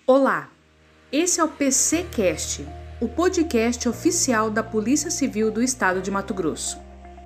Olá, esse é o PCcast, o podcast oficial da Polícia Civil do Estado de Mato Grosso.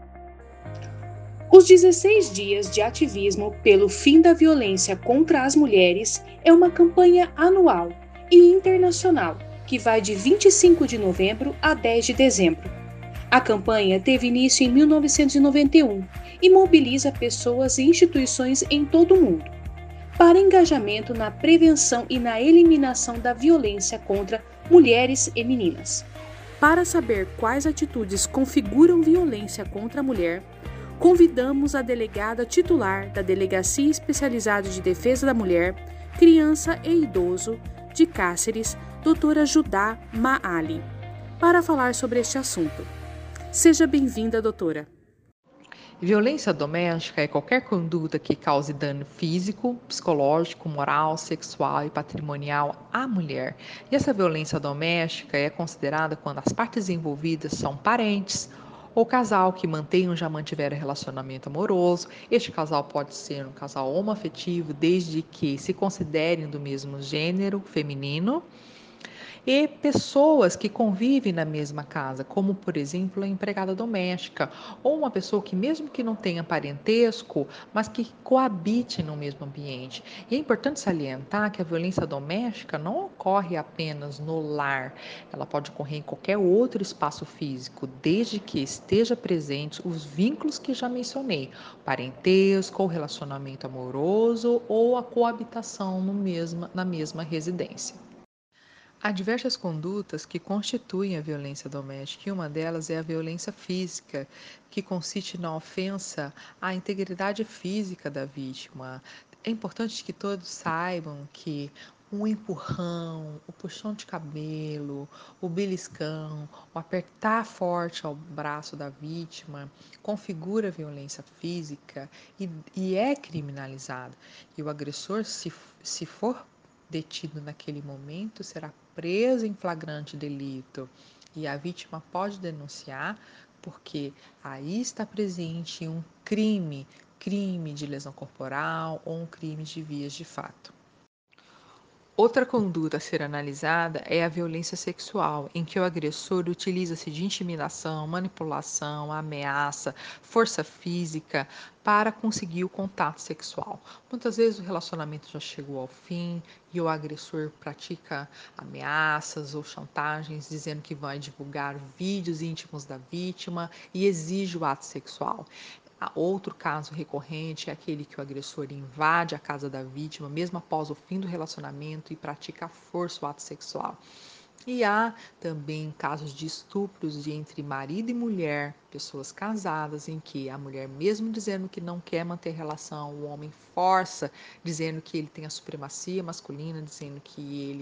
Os 16 dias de ativismo pelo fim da violência contra as mulheres é uma campanha anual e internacional que vai de 25 de novembro a 10 de dezembro. A campanha teve início em 1991 e mobiliza pessoas e instituições em todo o mundo para engajamento na prevenção e na eliminação da violência contra mulheres e meninas. Para saber quais atitudes configuram violência contra a mulher, convidamos a delegada titular da Delegacia Especializada de Defesa da Mulher, Criança e Idoso de Cáceres, doutora Judá Maali, para falar sobre este assunto. Seja bem-vinda, doutora. Violência doméstica é qualquer conduta que cause dano físico, psicológico, moral, sexual e patrimonial à mulher. E essa violência doméstica é considerada quando as partes envolvidas são parentes ou casal que mantém ou já mantiveram relacionamento amoroso. Este casal pode ser um casal homoafetivo, desde que se considerem do mesmo gênero feminino, e pessoas que convivem na mesma casa, como por exemplo a empregada doméstica, ou uma pessoa que mesmo que não tenha parentesco, mas que coabite no mesmo ambiente. E é importante salientar que a violência doméstica não ocorre apenas no lar, ela pode ocorrer em qualquer outro espaço físico, desde que esteja presente os vínculos que já mencionei, parentesco, ou relacionamento amoroso ou a coabitação na mesma residência. Há diversas condutas que constituem a violência doméstica e uma delas é a violência física, que consiste na ofensa à integridade física da vítima. É importante que todos saibam que um empurrão, o puxão de cabelo, o beliscão, o apertar forte ao braço da vítima configura violência física e é criminalizado. E o agressor, se for detido naquele momento, será preso em flagrante delito e a vítima pode denunciar porque aí está presente um crime de lesão corporal ou um crime de vias de fato. Outra conduta a ser analisada é a violência sexual, em que o agressor utiliza-se de intimidação, manipulação, ameaça, força física para conseguir o contato sexual. Muitas vezes o relacionamento já chegou ao fim e o agressor pratica ameaças ou chantagens, dizendo que vai divulgar vídeos íntimos da vítima e exige o ato sexual. Outro caso recorrente é aquele que o agressor invade a casa da vítima, mesmo após o fim do relacionamento, e pratica à força o ato sexual. E há também casos de estupros entre marido e mulher, pessoas casadas, em que a mulher, mesmo dizendo que não quer manter relação, o homem força, dizendo que ele tem a supremacia masculina, dizendo que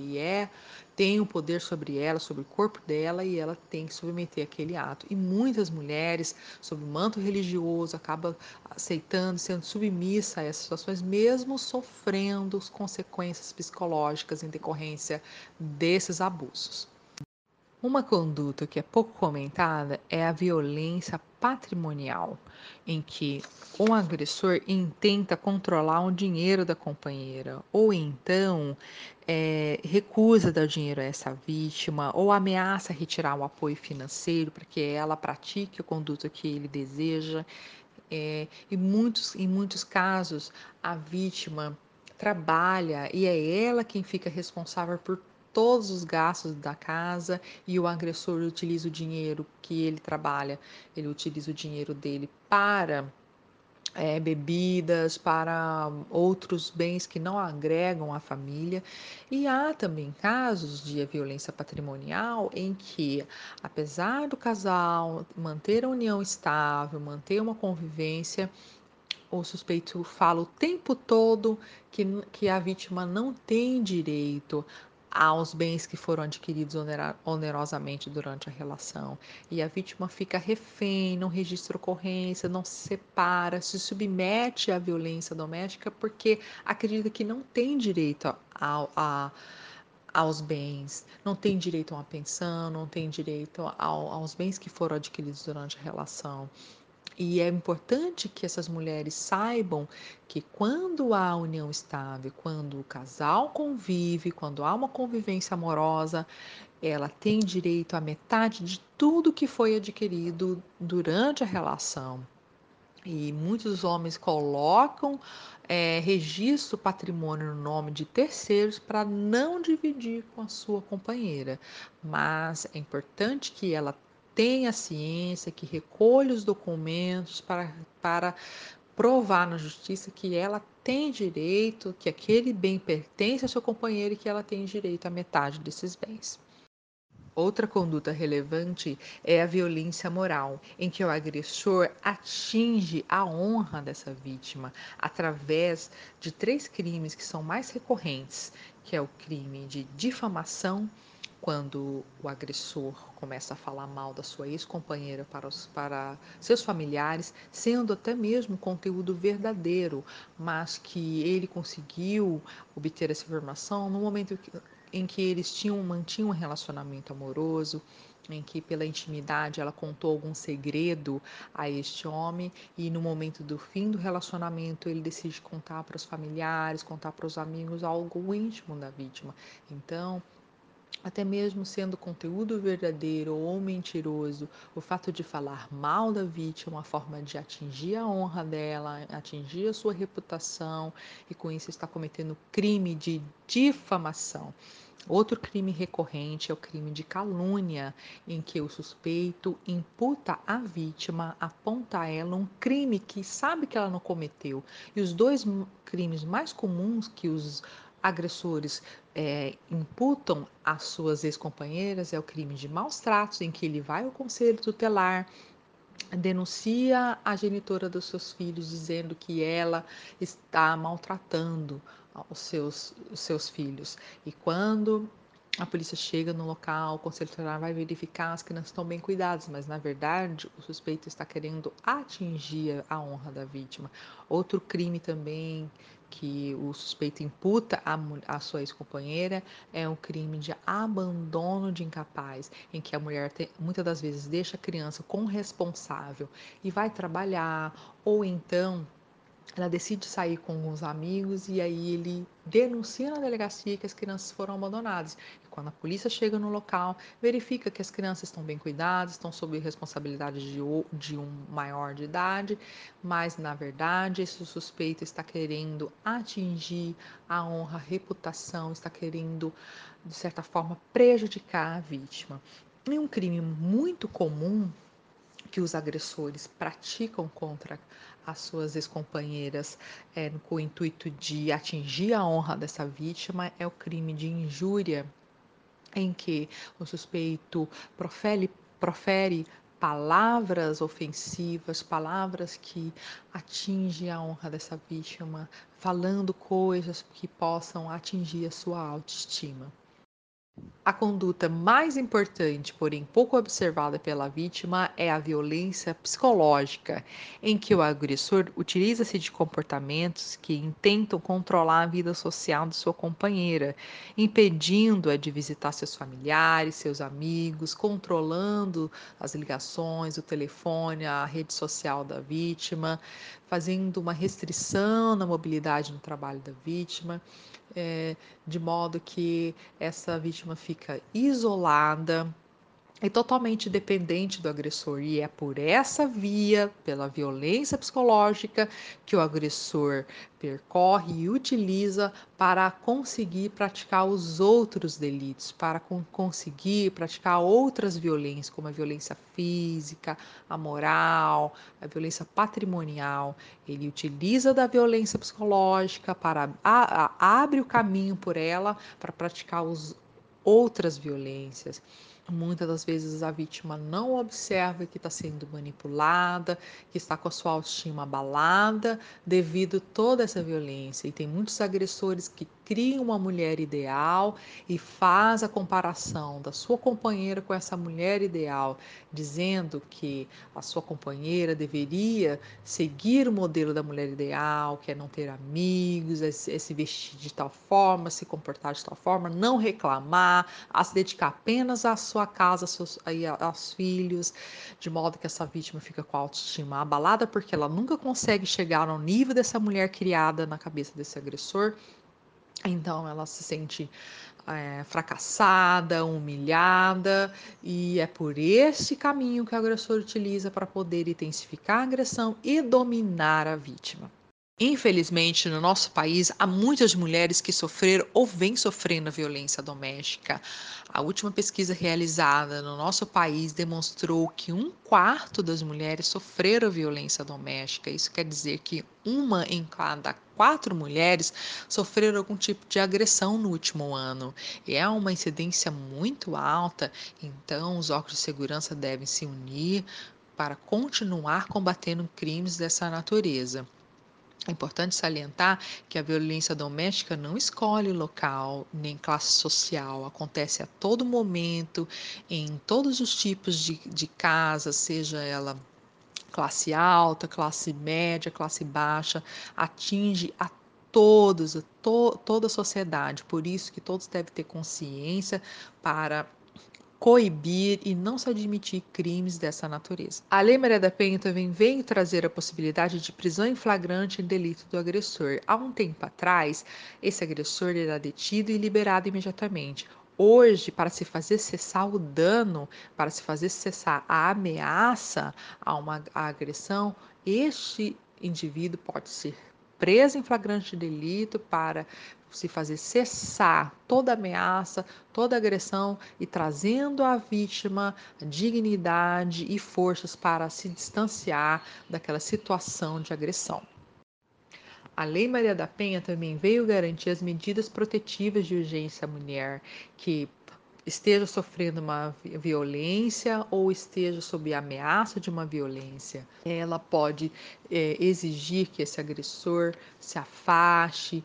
tem o poder sobre ela, sobre o corpo dela, e ela tem que submeter aquele ato. E muitas mulheres, sob o manto religioso, acabam aceitando, sendo submissa a essas situações, mesmo sofrendo as consequências psicológicas em decorrência desses abusos. Uma conduta que é pouco comentada é a violência patrimonial, em que um agressor intenta controlar o dinheiro da companheira, ou então recusa dar dinheiro a essa vítima, ou ameaça retirar o apoio financeiro para que ela pratique a conduta que ele deseja. Em muitos casos, a vítima trabalha e é ela quem fica responsável por todos os gastos da casa e o agressor utiliza o dinheiro que ele trabalha, ele utiliza o dinheiro dele para bebidas, para outros bens que não agregam à família. E há também casos de violência patrimonial em que, apesar do casal manter a união estável, manter uma convivência, o suspeito fala o tempo todo que a vítima não tem direito aos bens que foram adquiridos onerosamente durante a relação. E a vítima fica refém, não registra ocorrência, não se separa, se submete à violência doméstica porque acredita que não tem direito aos bens, não tem direito a uma pensão, não tem direito aos bens que foram adquiridos durante a relação. E é importante que essas mulheres saibam que quando há união estável, quando o casal convive, quando há uma convivência amorosa, ela tem direito à metade de tudo que foi adquirido durante a relação. E muitos homens colocam, registro patrimônio no nome de terceiros para não dividir com a sua companheira. Mas é importante que ela tenha ciência, que recolha os documentos para provar na justiça que ela tem direito, que aquele bem pertence ao seu companheiro e que ela tem direito à metade desses bens. Outra conduta relevante é a violência moral, em que o agressor atinge a honra dessa vítima através de três crimes que são mais recorrentes, que é o crime de difamação, quando o agressor começa a falar mal da sua ex-companheira para seus familiares, sendo até mesmo conteúdo verdadeiro, mas que ele conseguiu obter essa informação no momento em que eles mantinham um relacionamento amoroso, em que pela intimidade ela contou algum segredo a este homem e no momento do fim do relacionamento ele decide contar para os familiares, contar para os amigos algo íntimo da vítima. Então, até mesmo sendo conteúdo verdadeiro ou mentiroso, o fato de falar mal da vítima é uma forma de atingir a honra dela, atingir a sua reputação e com isso está cometendo crime de difamação. Outro crime recorrente é o crime de calúnia, em que o suspeito imputa à vítima, aponta a ela um crime que sabe que ela não cometeu. E os dois crimes mais comuns que os agressores imputam às suas ex-companheiras é o crime de maus tratos, em que ele vai ao conselho tutelar, denuncia a genitora dos seus filhos, dizendo que ela está maltratando os seus filhos. E quando a polícia chega no local, o conselho tutelar vai verificar as crianças estão bem cuidadas, mas na verdade o suspeito está querendo atingir a honra da vítima. Outro crime também que o suspeito imputa à sua ex-companheira é um crime de abandono de incapaz, em que a mulher muitas das vezes deixa a criança com o responsável e vai trabalhar, ou então ela decide sair com alguns amigos e aí ele denuncia na delegacia que as crianças foram abandonadas. E quando a polícia chega no local, verifica que as crianças estão bem cuidadas, estão sob responsabilidade de um maior de idade, mas na verdade esse suspeito está querendo atingir a honra, a reputação, está querendo, de certa forma, prejudicar a vítima. E um crime muito comum que os agressores praticam contra as suas ex-companheiras com o intuito de atingir a honra dessa vítima é o crime de injúria, em que o suspeito profere palavras ofensivas, palavras que atingem a honra dessa vítima, falando coisas que possam atingir a sua autoestima. A conduta mais importante, porém pouco observada pela vítima, é a violência psicológica, em que o agressor utiliza-se de comportamentos que intentam controlar a vida social de sua companheira, impedindo-a de visitar seus familiares, seus amigos, controlando as ligações, o telefone, a rede social da vítima, fazendo uma restrição na mobilidade no trabalho da vítima, de modo que essa vítima fica isolada e totalmente dependente do agressor. E é por essa via, pela violência psicológica, que o agressor percorre e utiliza para conseguir praticar os outros delitos, para conseguir praticar outras violências, como a violência física, a moral, a violência patrimonial. Ele utiliza da violência psicológica para abre o caminho por ela para praticar outras violências. Muitas das vezes a vítima não observa que está sendo manipulada, que está com a sua autoestima abalada devido a toda essa violência. E tem muitos agressores que cria uma mulher ideal e faz a comparação da sua companheira com essa mulher ideal, dizendo que a sua companheira deveria seguir o modelo da mulher ideal, que é não ter amigos, é se vestir de tal forma, se comportar de tal forma, não reclamar, a se dedicar apenas à sua casa, aos filhos, de modo que essa vítima fica com a autoestima abalada porque ela nunca consegue chegar ao nível dessa mulher criada na cabeça desse agressor. Então ela se sente fracassada, humilhada, e é por esse caminho que o agressor utiliza para poder intensificar a agressão e dominar a vítima. Infelizmente, no nosso país, há muitas mulheres que sofreram ou vêm sofrendo violência doméstica. A última pesquisa realizada no nosso país demonstrou que um quarto das mulheres sofreram violência doméstica. Isso quer dizer que uma em cada 4 mulheres sofreram algum tipo de agressão no último ano. E é uma incidência muito alta, então os órgãos de segurança devem se unir para continuar combatendo crimes dessa natureza. É importante salientar que a violência doméstica não escolhe local nem classe social, acontece a todo momento, em todos os tipos de casa, seja ela classe alta, classe média, classe baixa, atinge a todos, toda a sociedade. Por isso que todos devem ter consciência para coibir e não se admitir crimes dessa natureza. A Lei Maria da Penha também veio trazer a possibilidade de prisão em flagrante em delito do agressor. Há um tempo atrás, esse agressor era detido e liberado imediatamente. Hoje, para se fazer cessar o dano, para se fazer cessar a ameaça a uma agressão, este indivíduo pode ser preso em flagrante delito para se fazer cessar toda ameaça, toda agressão e trazendo à vítima dignidade e forças para se distanciar daquela situação de agressão. A Lei Maria da Penha também veio garantir as medidas protetivas de urgência à mulher que esteja sofrendo uma violência ou esteja sob ameaça de uma violência. Ela pode exigir que esse agressor se afaste,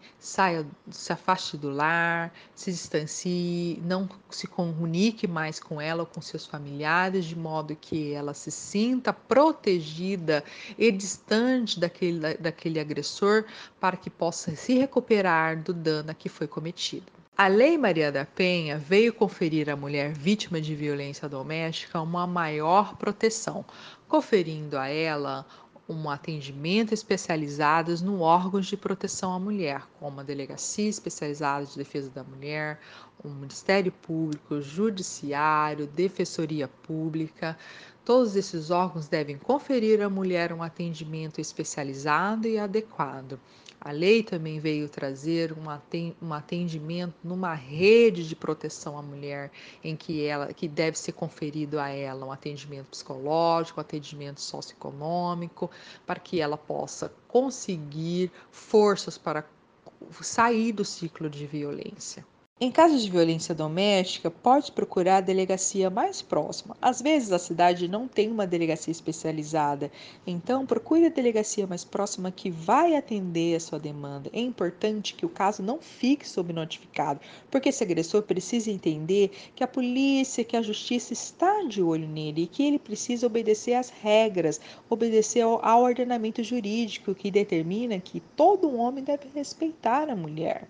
se afaste do lar, se distancie, não se comunique mais com ela ou com seus familiares, de modo que ela se sinta protegida e distante daquele agressor, para que possa se recuperar do dano que foi cometido. A Lei Maria da Penha veio conferir à mulher vítima de violência doméstica uma maior proteção, conferindo a ela um atendimento especializado no órgãos de proteção à mulher, como a Delegacia Especializada de Defesa da Mulher, o Ministério Público, Judiciário, Defensoria Pública. Todos esses órgãos devem conferir à mulher um atendimento especializado e adequado. A lei também veio trazer um atendimento numa rede de proteção à mulher, em que deve ser conferido a ela um atendimento psicológico, um atendimento socioeconômico, para que ela possa conseguir forças para sair do ciclo de violência. Em casos de violência doméstica, pode procurar a delegacia mais próxima. Às vezes a cidade não tem uma delegacia especializada, então procure a delegacia mais próxima que vai atender a sua demanda. É importante que o caso não fique sob notificado, porque esse agressor precisa entender que a polícia, que a justiça está de olho nele e que ele precisa obedecer às regras, obedecer ao ordenamento jurídico que determina que todo homem deve respeitar a mulher.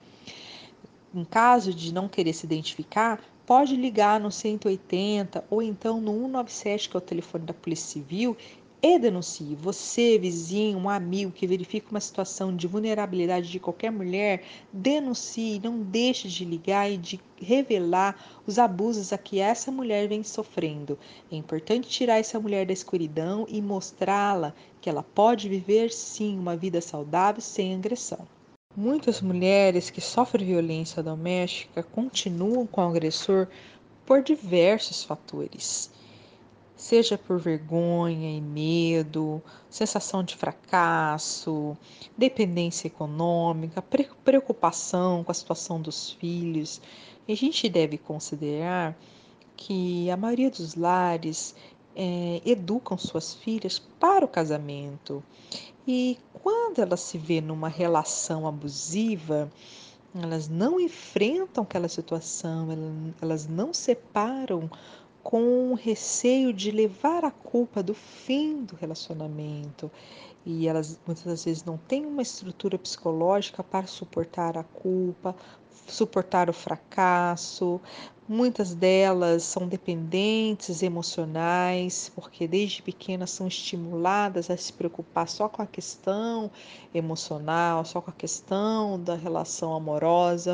Em caso de não querer se identificar, pode ligar no 180 ou então no 197, que é o telefone da Polícia Civil, e denuncie. Você, vizinho, um amigo que verifica uma situação de vulnerabilidade de qualquer mulher, denuncie, não deixe de ligar e de revelar os abusos a que essa mulher vem sofrendo. É importante tirar essa mulher da escuridão e mostrá-la que ela pode viver sim uma vida saudável sem agressão. Muitas mulheres que sofrem violência doméstica continuam com o agressor por diversos fatores, seja por vergonha e medo, sensação de fracasso, dependência econômica, preocupação com a situação dos filhos. E a gente deve considerar que a maioria dos lares educam suas filhas para o casamento. E quando ela se vê numa relação abusiva, elas não enfrentam aquela situação, elas não separam com receio de levar a culpa do fim do relacionamento. E elas muitas das vezes não têm uma estrutura psicológica para suportar a culpa, suportar o fracasso. Muitas delas são dependentes emocionais, porque desde pequenas são estimuladas a se preocupar só com a questão emocional, só com a questão da relação amorosa.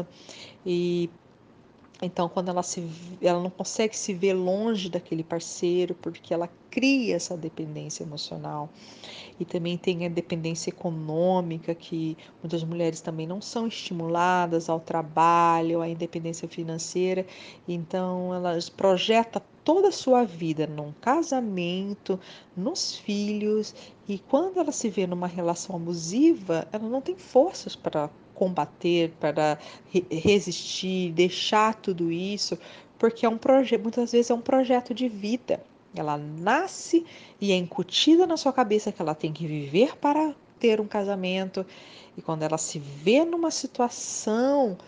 E então, quando ela não consegue se ver longe daquele parceiro, porque ela cria essa dependência emocional. E também tem a dependência econômica, que muitas mulheres também não são estimuladas ao trabalho, à independência financeira. Então, elas projetam toda a sua vida num casamento, nos filhos, e quando ela se vê numa relação abusiva, ela não tem forças para combater, para resistir, deixar tudo isso, porque é um projeto, muitas vezes é um projeto de vida. Ela nasce e é incutida na sua cabeça que ela tem que viver para ter um casamento. E quando ela se vê numa situação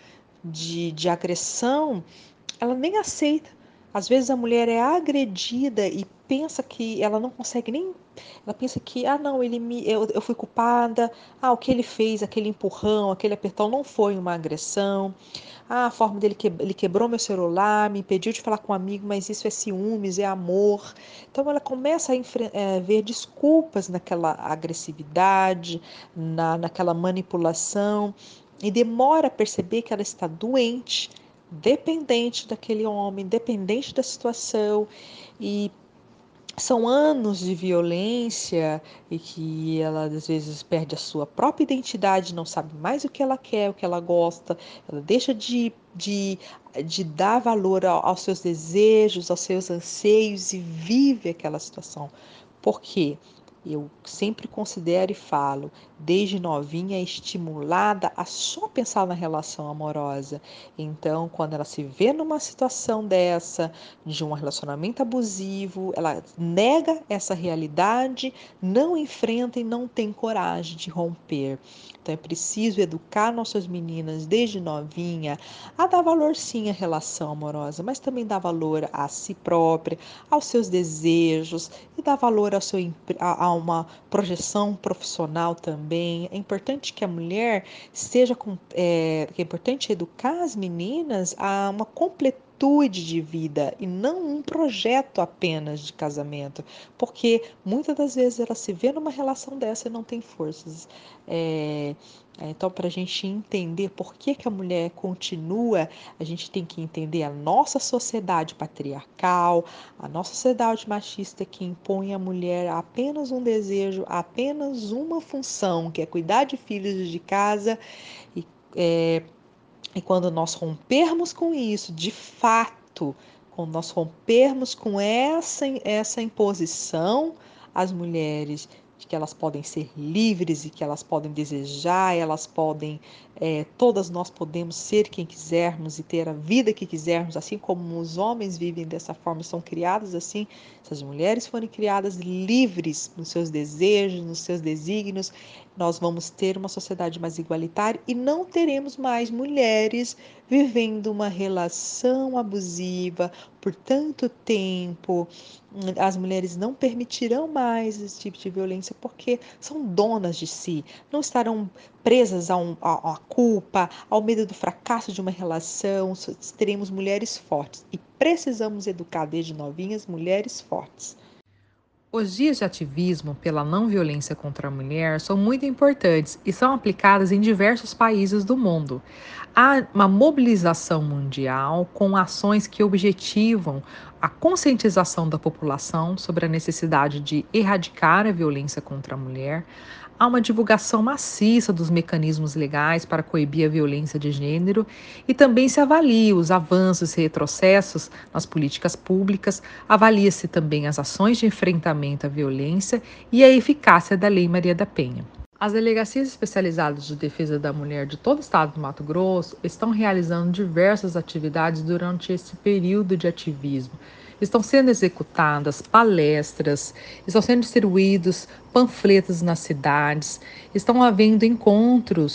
de agressão, ela nem aceita. Às vezes a mulher é agredida e pensa que ela não consegue nem. Ela pensa que, não, eu fui culpada, o que ele fez, aquele empurrão, aquele apertão não foi uma agressão. A forma dele ele quebrou meu celular, me impediu de falar com um amigo, mas isso é ciúmes, é amor. Então ela começa a ver desculpas naquela agressividade, naquela manipulação, e demora a perceber que ela está doente, dependente daquele homem, dependente da situação. E são anos de violência e que ela às vezes perde a sua própria identidade, não sabe mais o que ela quer, o que ela gosta, ela deixa de dar valor aos seus desejos, aos seus anseios e vive aquela situação. Por quê? Eu sempre considero e falo, desde novinha é estimulada a só pensar na relação amorosa. Então, quando ela se vê numa situação dessa, de um relacionamento abusivo, ela nega essa realidade, não enfrenta e não tem coragem de romper. Então, é preciso educar nossas meninas desde novinha a dar valor sim à relação amorosa, mas também dar valor a si própria, aos seus desejos e dar valor a uma projeção profissional também. É importante que a mulher é importante educar as meninas a uma completude de vida e não um projeto apenas de casamento, porque muitas das vezes ela se vê numa relação dessa e não tem forças. Então, para a gente entender por que a mulher continua, a gente tem que entender a nossa sociedade patriarcal, a nossa sociedade machista que impõe à mulher apenas um desejo, apenas uma função, que é cuidar de filhos de casa. E, é, e quando nós rompermos com isso, de fato, quando nós rompermos com essa imposição às mulheres de que elas podem ser livres e que elas podem desejar, todas nós podemos ser quem quisermos e ter a vida que quisermos, assim como os homens vivem dessa forma, são criados assim, se as mulheres forem criadas livres nos seus desejos, nos seus desígnios, nós vamos ter uma sociedade mais igualitária e não teremos mais mulheres vivendo uma relação abusiva por tanto tempo. As mulheres não permitirão mais esse tipo de violência porque são donas de si, não estarão presas à culpa, ao medo do fracasso de uma relação. Teremos mulheres fortes e precisamos educar desde novinhas mulheres fortes. Os dias de ativismo pela não violência contra a mulher são muito importantes e são aplicados em diversos países do mundo. Há uma mobilização mundial com ações que objetivam a conscientização da população sobre a necessidade de erradicar a violência contra a mulher. Há uma divulgação maciça dos mecanismos legais para coibir a violência de gênero e também se avalia os avanços e retrocessos nas políticas públicas, avalia-se também as ações de enfrentamento à violência e a eficácia da Lei Maria da Penha. As delegacias especializadas de defesa da mulher de todo o estado do Mato Grosso estão realizando diversas atividades durante esse período de ativismo. Estão sendo executadas palestras, estão sendo distribuídos panfletos nas cidades, estão havendo encontros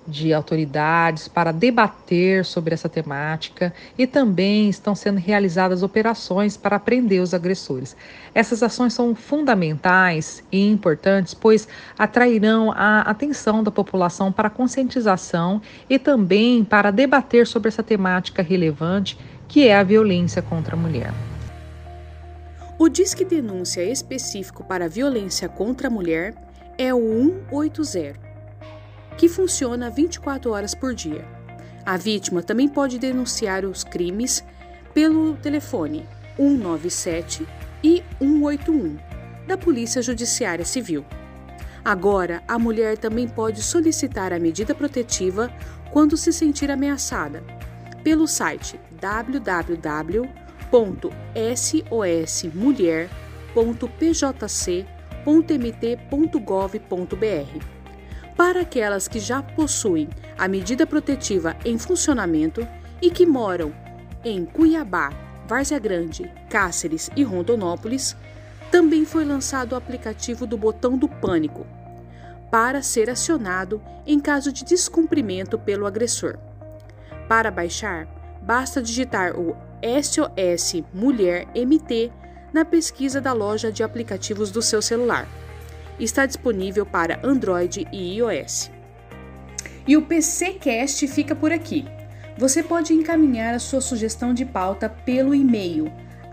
de autoridades para debater sobre essa temática e também estão sendo realizadas operações para prender os agressores. Essas ações são fundamentais e importantes, pois atrairão a atenção da população para a conscientização e também para debater sobre essa temática relevante que é a violência contra a mulher. O Disque Denúncia específico para a violência contra a mulher é o 180, que funciona 24 horas por dia. A vítima também pode denunciar os crimes pelo telefone 197 e 181 da Polícia Judiciária Civil. Agora, a mulher também pode solicitar a medida protetiva quando se sentir ameaçada pelo site www.sosmulher.pjc.mt.gov.br. Para aquelas que já possuem a medida protetiva em funcionamento e que moram em Cuiabá, Várzea Grande, Cáceres e Rondonópolis, também foi lançado o aplicativo do Botão do Pânico para ser acionado em caso de descumprimento pelo agressor. Para baixar, basta digitar o SOS Mulher MT na pesquisa da loja de aplicativos do seu celular. Está disponível para Android e iOS. E o PCcast fica por aqui. Você pode encaminhar a sua sugestão de pauta pelo e-mail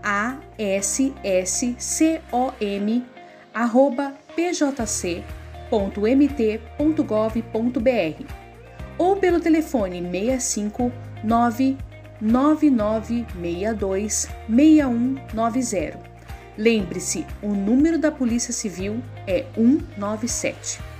assom@pjc.mt.gov.br ou pelo telefone 65 99962 6190. Lembre-se, o número da Polícia Civil é 197.